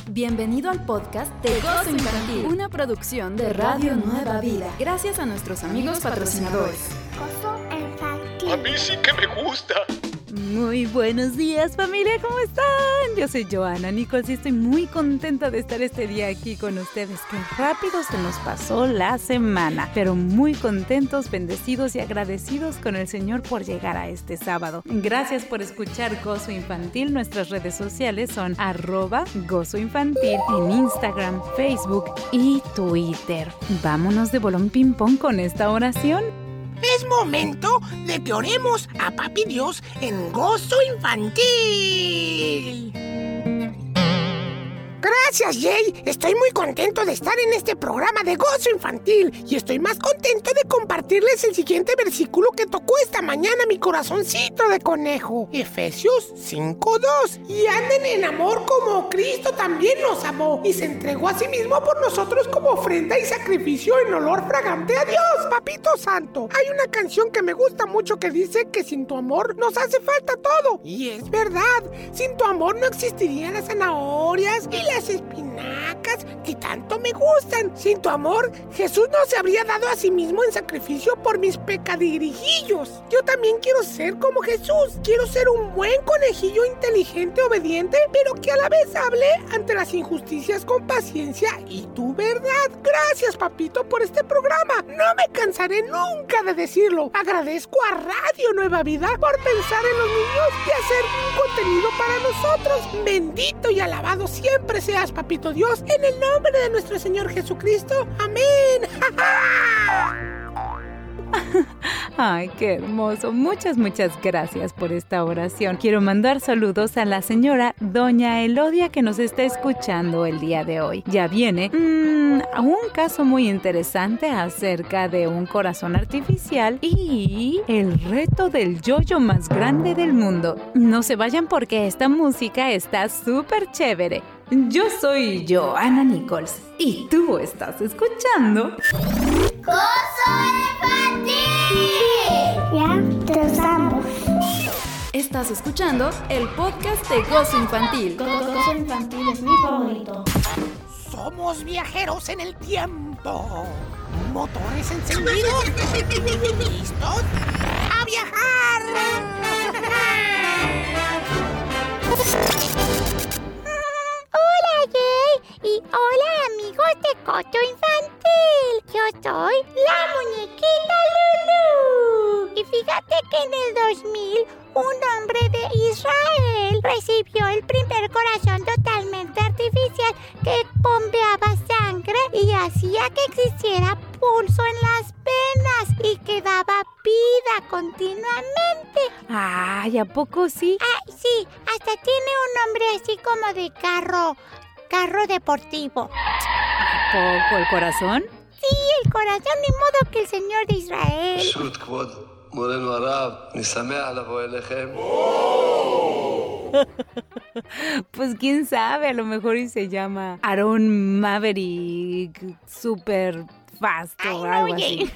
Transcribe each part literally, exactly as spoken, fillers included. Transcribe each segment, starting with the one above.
Bienvenido al podcast de Gozo Infantil, una producción de Radio Nueva Vida, gracias a nuestros amigos patrocinadores. Gozo Infantil. A mí sí que me gusta. Muy buenos días, familia, ¿cómo están? Yo soy Joana Nichols y estoy muy contenta de estar este día aquí con ustedes. Qué rápido se nos pasó la semana, pero muy contentos, bendecidos y agradecidos con el Señor por llegar a este sábado. Gracias por escuchar Gozo Infantil. Nuestras redes sociales son arroba Gozo Infantil en Instagram, Facebook y Twitter. Vámonos de bolón ping pong con esta oración. Es momento de que oremos a Papi Dios en Gozo Infantil. Gracias, Jay. Estoy muy contento de estar en este programa de Gozo Infantil y estoy más contento de compartirles el siguiente versículo que tocó esta mañana mi corazoncito de conejo. Efesios cinco dos. Y anden en amor como Cristo también nos amó y se entregó a sí mismo por nosotros como ofrenda y sacrificio en olor fragante a Dios, Papito Santo. Hay una canción que me gusta mucho que dice que sin tu amor nos hace falta todo. Y es verdad, sin tu amor no existirían las zanahorias y las espinacas que tanto me gustan. Sin tu amor, Jesús no se habría dado a sí mismo en sacrificio por mis pecadirijillos. Yo también quiero ser como Jesús. Quiero ser un buen conejillo inteligente, obediente, pero que a la vez hable ante las injusticias con paciencia y tu verdad. Gracias, papito, por este programa. No me cansaré nunca de decirlo. Agradezco a Radio Nueva Vida por pensar en los niños y hacer un contenido para nosotros. Bendito y alabado siempre seas, Papito Dios, en el nombre de nuestro Señor Jesucristo. Amén. Ay, qué hermoso. Muchas, muchas gracias por esta oración. Quiero mandar saludos a la señora Doña Elodia que nos está escuchando el día de hoy. Ya viene mmm, un caso muy interesante acerca de un corazón artificial y el reto del yoyo más grande del mundo. No se vayan porque esta música está súper chévere. Yo soy Joana Nichols y tú estás escuchando Gozo Infantil. Ya empezamos. Estás escuchando el podcast de Gozo Infantil. Gozo Infantil es mi favorito. Somos viajeros en el tiempo. Motores encendidos. ¿Listos? ¡A viajar! Hola, Jay, y hola, amigos de Gozo Infantil. Yo soy la muñequita Lulu. Y fíjate que en el dos mil, un hombre de Israel recibió el primer corazón totalmente artificial que bombeaba sangre y hacía que existiera pulso en las venas y que daba vida continuamente. Ay, ¿a poco sí? Ay, sí, hasta tiene un nombre así como de carro, carro deportivo. ¿A poco el corazón? Sí, el corazón, ni modo que el Señor de Israel. Pues quién sabe, a lo mejor y se llama Aaron Maverick Super Fast o Ay, algo no, así.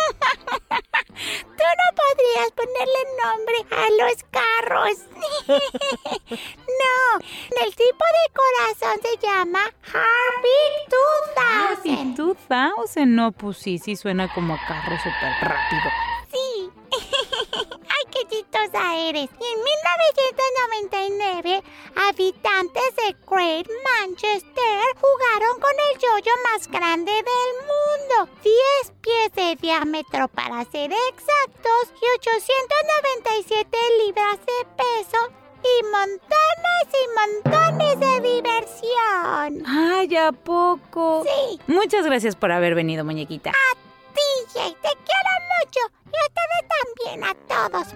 Tú no podrías ponerle nombre a los carros. No, el tipo de corazón se llama Heartbeat dos mil. ¿Y dos mil? No, pues sí, sí suena como a carro súper rápido. Sí. ¡Ay, qué chistosa eres! Y en mil novecientos noventa y nueve, habitantes de Great Manchester jugaron con el yoyo más grande del mundo. diez pies de diámetro para ser exactos y ochocientas noventa y siete libras de peso. Y montones y montones de diversión. ¡Ay, ¿a poco? Sí. Muchas gracias por haber venido, muñequita. A ti, Jay, te quiero mucho. Y a ustedes también, a todos.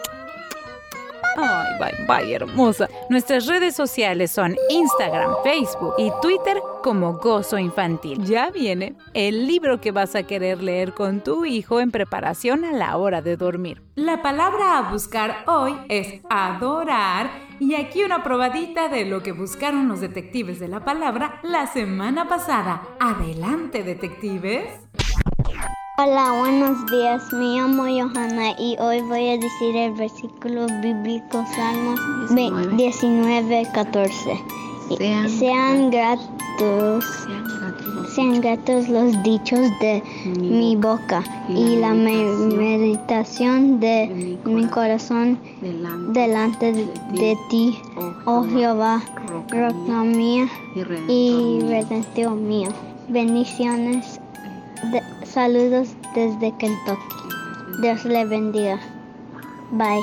Ay, bye, bye, hermosa. Nuestras redes sociales son Instagram, Facebook y Twitter como Gozo Infantil. Ya viene el libro que vas a querer leer con tu hijo en preparación a la hora de dormir. La palabra a buscar hoy es adorar. Y aquí una probadita de lo que buscaron los detectives de la palabra la semana pasada. Adelante, detectives. Hola, buenos días. Me llamo Johanna y hoy voy a decir el versículo bíblico Salmos diecinueve catorce. Sean, sean gratos, sean gratos los dichos de mi boca y la me- meditación de mi corazón delante de, de ti, oh Jehová, roca mía y redención mío. Bendiciones, de, saludos desde Kentucky. Dios le bendiga. Bye.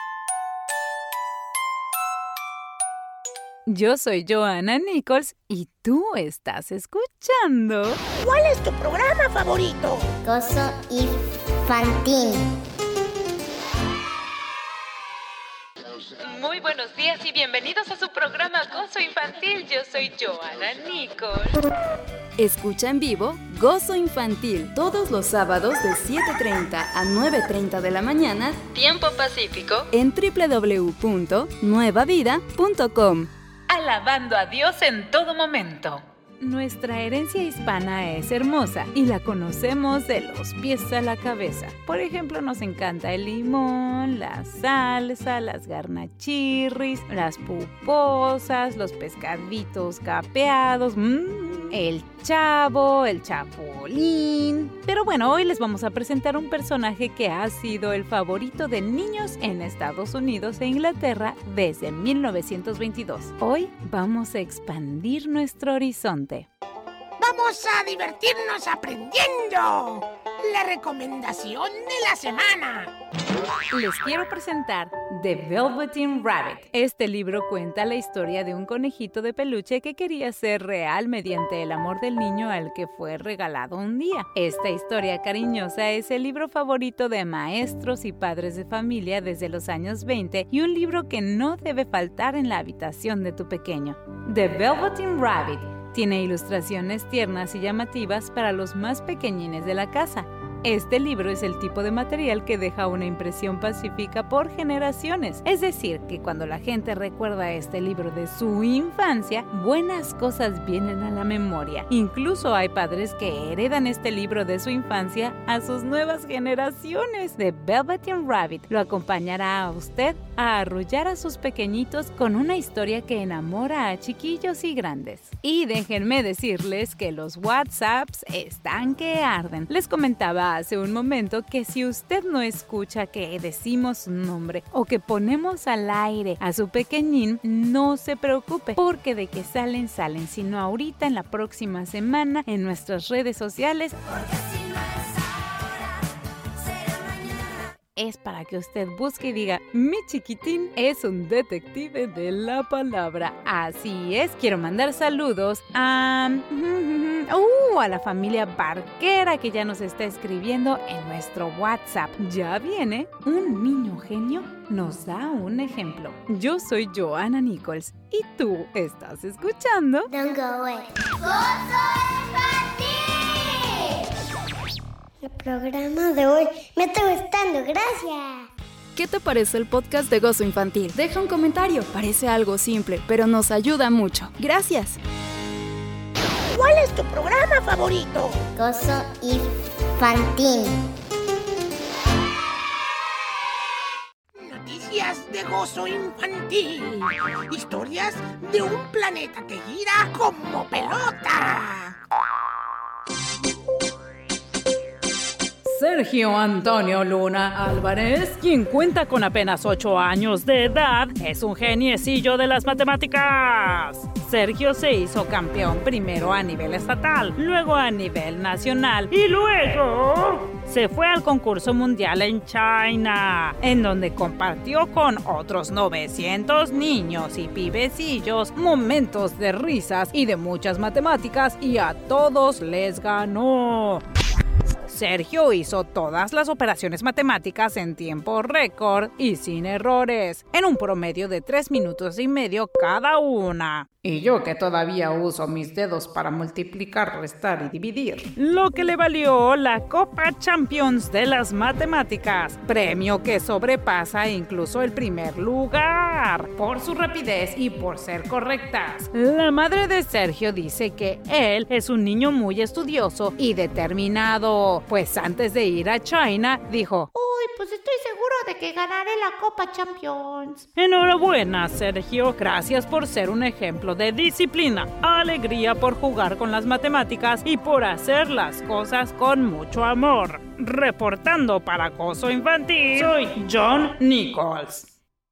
Yo soy Joanna Nichols y tú estás escuchando. ¿Cuál es tu programa favorito? Gozo infantil. Muy buenos días y bienvenidos a su programa Gozo Infantil. Yo soy Joanna Nichols. Escucha en vivo Gozo Infantil todos los sábados de siete treinta a nueve treinta de la mañana, tiempo pacífico, en doble u doble u doble u punto nueva vida punto com. Alabando a Dios en todo momento. Nuestra herencia hispana es hermosa y la conocemos de los pies a la cabeza. Por ejemplo, nos encanta el limón, la salsa, las garnachirris, las puposas, los pescaditos capeados, mmm, el chavo, el chapulín. Pero bueno, hoy les vamos a presentar un personaje que ha sido el favorito de niños en Estados Unidos e Inglaterra desde mil novecientos veintidós. Hoy vamos a expandir nuestro horizonte. Vamos a divertirnos aprendiendo. La recomendación de la semana. Les quiero presentar The Velveteen Rabbit. Este libro cuenta la historia de un conejito de peluche que quería ser real mediante el amor del niño al que fue regalado un día. Esta historia cariñosa es el libro favorito de maestros y padres de familia desde los años veinte y un libro que no debe faltar en la habitación de tu pequeño. The Velveteen Rabbit tiene ilustraciones tiernas y llamativas para los más pequeñines de la casa. Este libro es el tipo de material que deja una impresión pacífica por generaciones. Es decir, que cuando la gente recuerda este libro de su infancia, buenas cosas vienen a la memoria. Incluso hay padres que heredan este libro de su infancia a sus nuevas generaciones. The Velveteen Rabbit lo acompañará a usted a arrullar a sus pequeñitos con una historia que enamora a chiquillos y grandes. Y déjenme decirles que los WhatsApps están que arden. Les comentaba hace un momento que si usted no escucha que decimos su nombre o que ponemos al aire a su pequeñín, no se preocupe, porque de que salen, salen, sino ahorita en la próxima semana en nuestras redes sociales. Es para que usted busque y diga, mi chiquitín es un detective de la palabra. Así es, quiero mandar saludos a, uh, a la familia Barquera que ya nos está escribiendo en nuestro WhatsApp. Ya viene, un niño genio nos da un ejemplo. Yo soy Joanna Nichols y tú estás escuchando Don't go away. ¡Gozo infantil! El programa de hoy me está gustando, gracias. ¿Qué te parece el podcast de Gozo Infantil? Deja un comentario. Parece algo simple, pero nos ayuda mucho. Gracias. ¿Cuál es tu programa favorito? Gozo infantil. Noticias de Gozo Infantil. Historias de un planeta que gira como pelota. Sergio Antonio Luna Álvarez, quien cuenta con apenas ocho años de edad, es un geniecillo de las matemáticas. Sergio se hizo campeón primero a nivel estatal, luego a nivel nacional y luego se fue al concurso mundial en China, en donde compartió con otros novecientos niños y pibecillos momentos de risas y de muchas matemáticas y a todos les ganó. Sergio hizo todas las operaciones matemáticas en tiempo récord y sin errores, en un promedio de tres minutos y medio cada una. Y yo que todavía uso mis dedos para multiplicar, restar y dividir. Lo que le valió la Copa Champions de las Matemáticas, premio que sobrepasa incluso el primer lugar, por su rapidez y por ser correctas. La madre de Sergio dice que él es un niño muy estudioso y determinado, pues antes de ir a China dijo: Uy, pues estoy seguro de que ganaré la Copa Champions. Enhorabuena, Sergio. Gracias por ser un ejemplo de disciplina, alegría por jugar con las matemáticas y por hacer las cosas con mucho amor. Reportando para Gozo Infantil, soy John Nichols.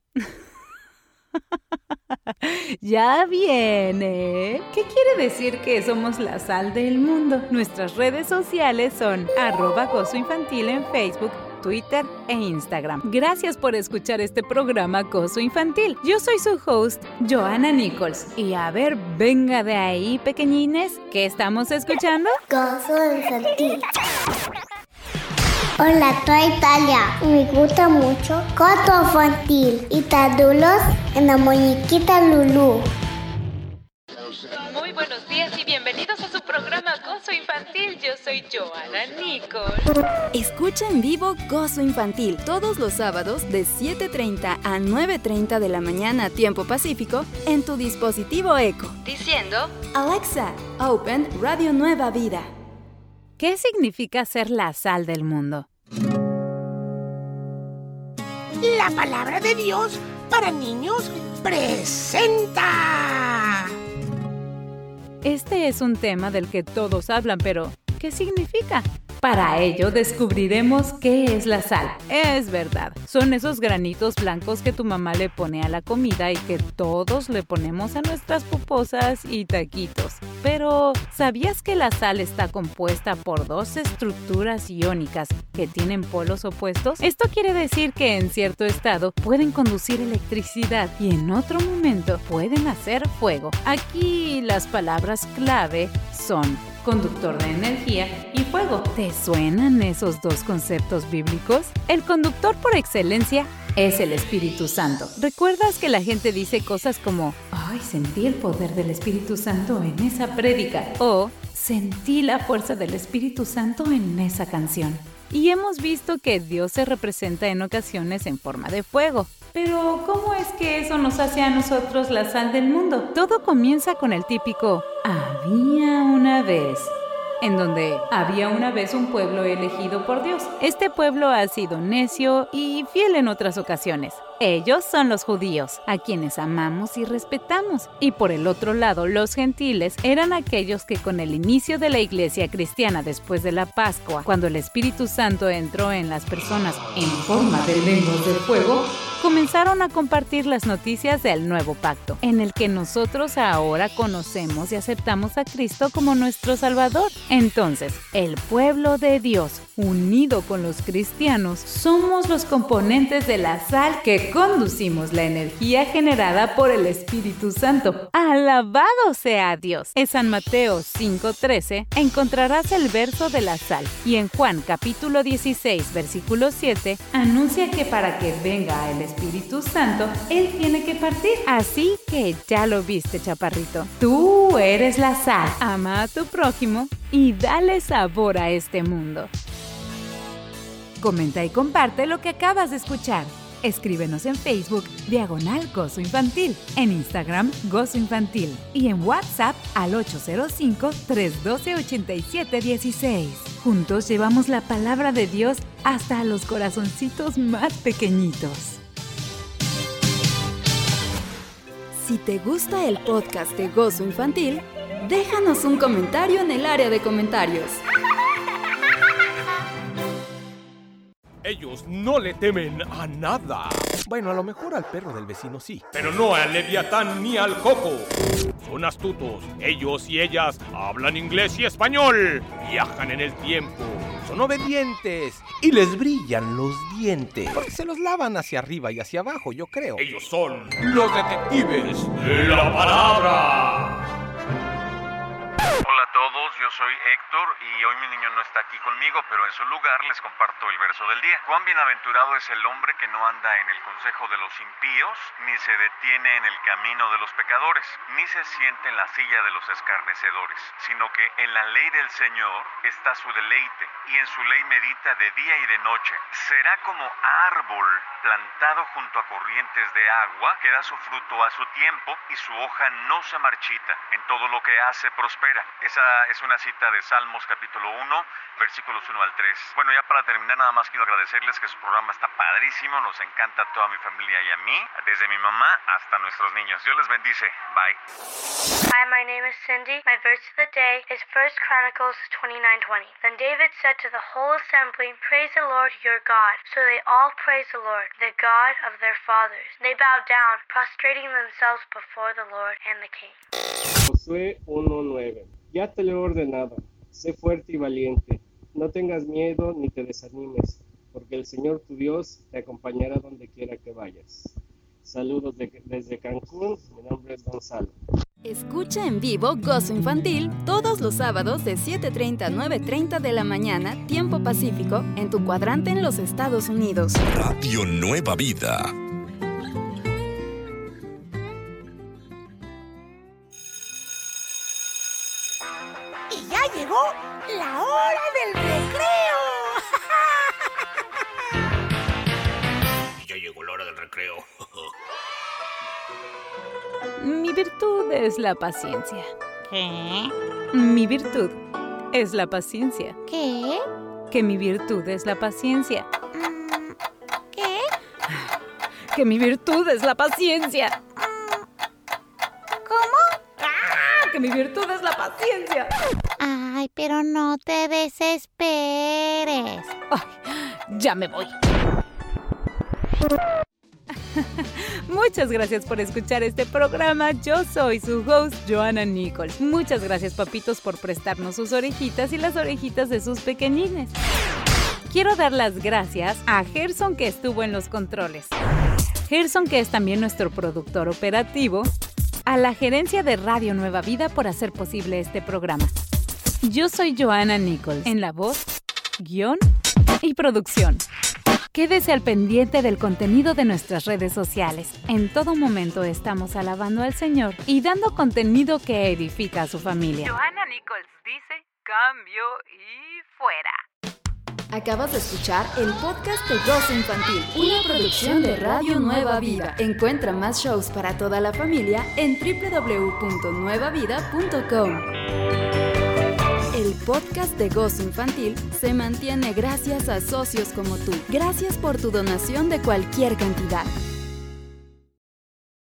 Ya viene. ¿Qué quiere decir que somos la sal del mundo? Nuestras redes sociales son arroba Gozo Infantil en Facebook, Twitter e Instagram. Gracias por escuchar este programa Gozo Infantil. Yo soy su host, Joanna Nichols. Y a ver, venga de ahí, pequeñines, ¿qué estamos escuchando? Gozo Infantil. Hola, soy Italia. Me gusta mucho Gozo Infantil y tadulos en la muñequita Lulú. Muy buenos días y bienvenidos a su programa Gozo Infantil. Yo soy Joanna Nichols. Escucha en vivo Gozo Infantil todos los sábados de siete treinta a nueve treinta de la mañana, tiempo pacífico, en tu dispositivo Echo, diciendo: Alexa, open Radio Nueva Vida. ¿Qué significa ser la sal del mundo? La palabra de Dios para niños presenta. Este es un tema del que todos hablan, pero ¿qué significa? Para ello descubriremos qué es la sal. Es verdad, son esos granitos blancos que tu mamá le pone a la comida y que todos le ponemos a nuestras pupusas y taquitos. Pero, ¿sabías que la sal está compuesta por dos estructuras iónicas que tienen polos opuestos? Esto quiere decir que en cierto estado pueden conducir electricidad y en otro momento pueden hacer fuego. Aquí las palabras clave son conductor de energía y fuego. ¿Te suenan esos dos conceptos bíblicos? El conductor por excelencia es el Espíritu Santo. ¿Recuerdas que la gente dice cosas como: ay, sentí el poder del Espíritu Santo en esa prédica? O sentí la fuerza del Espíritu Santo en esa canción. Y hemos visto que Dios se representa en ocasiones en forma de fuego. Pero, ¿cómo es que eso nos hace a nosotros la sal del mundo? Todo comienza con el típico había una vez, en donde había una vez un pueblo elegido por Dios. Este pueblo ha sido necio y fiel en otras ocasiones. Ellos son los judíos, a quienes amamos y respetamos. Y por el otro lado, los gentiles eran aquellos que con el inicio de la iglesia cristiana después de la Pascua, cuando el Espíritu Santo entró en las personas en forma de lenguas de fuego, comenzaron a compartir las noticias del nuevo pacto, en el que nosotros ahora conocemos y aceptamos a Cristo como nuestro Salvador. Entonces, el pueblo de Dios, unido con los cristianos, somos los componentes de la sal que conducimos la energía generada por el Espíritu Santo. ¡Alabado sea Dios! En San Mateo cinco trece encontrarás el verso de la sal, y en Juan capítulo dieciséis, versículo siete, anuncia que para que venga el Espíritu Santo, Él tiene que partir. Así que ya lo viste, chaparrito. Tú eres la sal. Ama a tu prójimo y dale sabor a este mundo. Comenta y comparte lo que acabas de escuchar. Escríbenos en Facebook, Diagonal Gozo Infantil, en Instagram, Gozo Infantil, y en WhatsApp al ocho cero cinco, tres uno dos, ocho siete uno seis. Juntos llevamos la palabra de Dios hasta a los corazoncitos más pequeñitos. Si te gusta el podcast de Gozo Infantil, déjanos un comentario en el área de comentarios. Ellos no le temen a nada. Bueno, a lo mejor al perro del vecino sí, pero no al Leviatán ni al coco. Son astutos. Ellos y ellas hablan inglés y español. Viajan en el tiempo. Son obedientes. Y les brillan los dientes. Porque se los lavan hacia arriba y hacia abajo, yo creo. Ellos son los detectives de la palabra. Hola a todos, yo soy Héctor y hoy mi niño no está aquí conmigo, pero en su lugar les comparto el verso del día. Cuán bienaventurado es el hombre que no anda en el consejo de los impíos, ni se detiene en el camino de los pecadores, ni se siente en la silla de los escarnecedores, sino que en la ley del Señor está su deleite, y en su ley medita de día y de noche. Será como árbol plantado junto a corrientes de agua, que da su fruto a su tiempo, y su hoja no se marchita. En todo lo que hace prospera. Esa es una cita de Salmo Salmos capítulo uno, versículos uno al tres. Bueno, ya para terminar, nada más quiero agradecerles que su programa está padrísimo, nos encanta a toda mi familia y a mí, desde mi mamá hasta nuestros niños. Dios les bendice. Bye. Hi, my name is Cindy. My verse of the day is First Chronicles twenty-nine twenty. Then David said to the whole assembly, "Praise the Lord your God." So they all praised the Lord, the God of their fathers. They bowed down, prostrating themselves before the Lord and the king. Josué uno nueve. Ya te lo he ordenado, sé fuerte y valiente, no tengas miedo ni te desanimes, porque el Señor tu Dios te acompañará donde quiera que vayas. Saludos de, desde Cancún, mi nombre es Gonzalo. Escucha en vivo Gozo Infantil todos los sábados de siete treinta a nueve treinta de la mañana, tiempo pacífico, en tu cuadrante en los Estados Unidos. Radio Nueva Vida. Y ya llegó la hora del recreo. Y ya llegó la hora del recreo. Mi virtud es la paciencia. ¿Qué? Mi virtud es la paciencia. ¿Qué? Que mi virtud es la paciencia. ¿Qué? Que mi virtud es la paciencia. ¿Cómo? ¡Ah! Que mi virtud es la paciencia. Ay, pero no te desesperes. Ay, ya me voy. Muchas gracias por escuchar este programa. Yo soy su host, Joanna Nichols. Muchas gracias, papitos, por prestarnos sus orejitas y las orejitas de sus pequeñines. Quiero dar las gracias a Gerson, que estuvo en los controles. Gerson, que es también nuestro productor operativo. A la gerencia de Radio Nueva Vida por hacer posible este programa. Yo soy Joanna Nichols, en la voz, guión y producción. Quédese al pendiente del contenido de nuestras redes sociales. En todo momento estamos alabando al Señor y dando contenido que edifica a su familia. Joanna Nichols dice, cambio y fuera. Acabas de escuchar el podcast de Gozo Infantil, una producción de Radio Nueva Vida. Encuentra más shows para toda la familia en doble u doble u doble u punto nueva vida punto com. El podcast de Gozo Infantil se mantiene gracias a socios como tú. Gracias por tu donación de cualquier cantidad.